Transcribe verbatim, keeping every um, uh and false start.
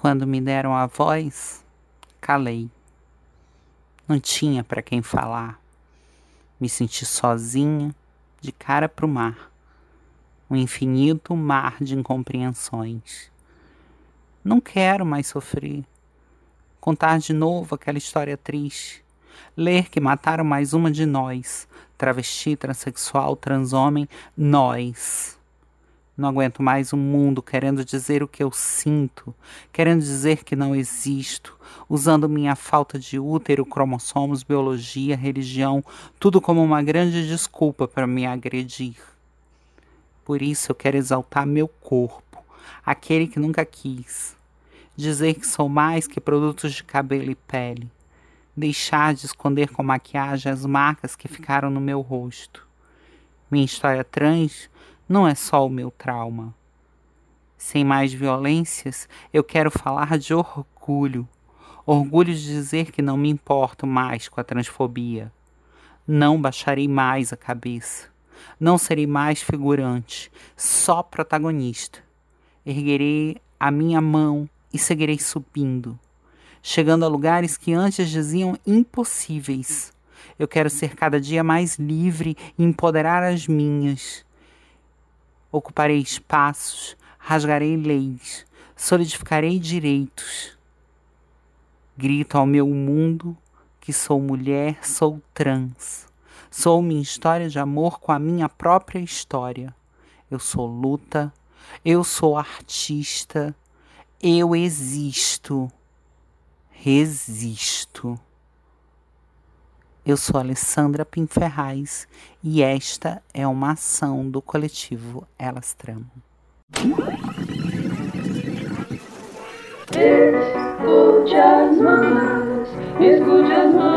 quando me deram a voz, calei. Não tinha para quem falar. Me senti sozinha, de cara pro mar. Um infinito mar de incompreensões. Não quero mais sofrer. Contar de novo aquela história triste. Ler que mataram mais uma de nós. Travesti, transexual, transhomem, nós. Não aguento mais o mundo querendo dizer o que eu sinto, querendo dizer que não existo, usando minha falta de útero, cromossomos, biologia, religião, tudo como uma grande desculpa para me agredir. Por isso eu quero exaltar meu corpo, aquele que nunca quis. Dizer que sou mais que produtos de cabelo e pele. Deixar de esconder com maquiagem as marcas que ficaram no meu rosto. Minha história trans não é só o meu trauma. Sem mais violências, eu quero falar de orgulho. Orgulho de dizer que não me importo mais com a transfobia. Não baixarei mais a cabeça. Não serei mais figurante, só protagonista. Erguerei a minha mão e seguirei subindo, chegando a lugares que antes diziam impossíveis. Eu quero ser cada dia mais livre e empoderar as minhas. Ocuparei espaços, rasgarei leis, solidificarei direitos. Grito ao meu mundo que sou mulher, sou trans. Sou minha história de amor com a minha própria história. Eu sou luta, eu sou artista, eu existo, resisto. Eu sou Alessandra Pinferraz e esta é uma ação do coletivo Elas Tramam. Escute as mãos, escute as mãos.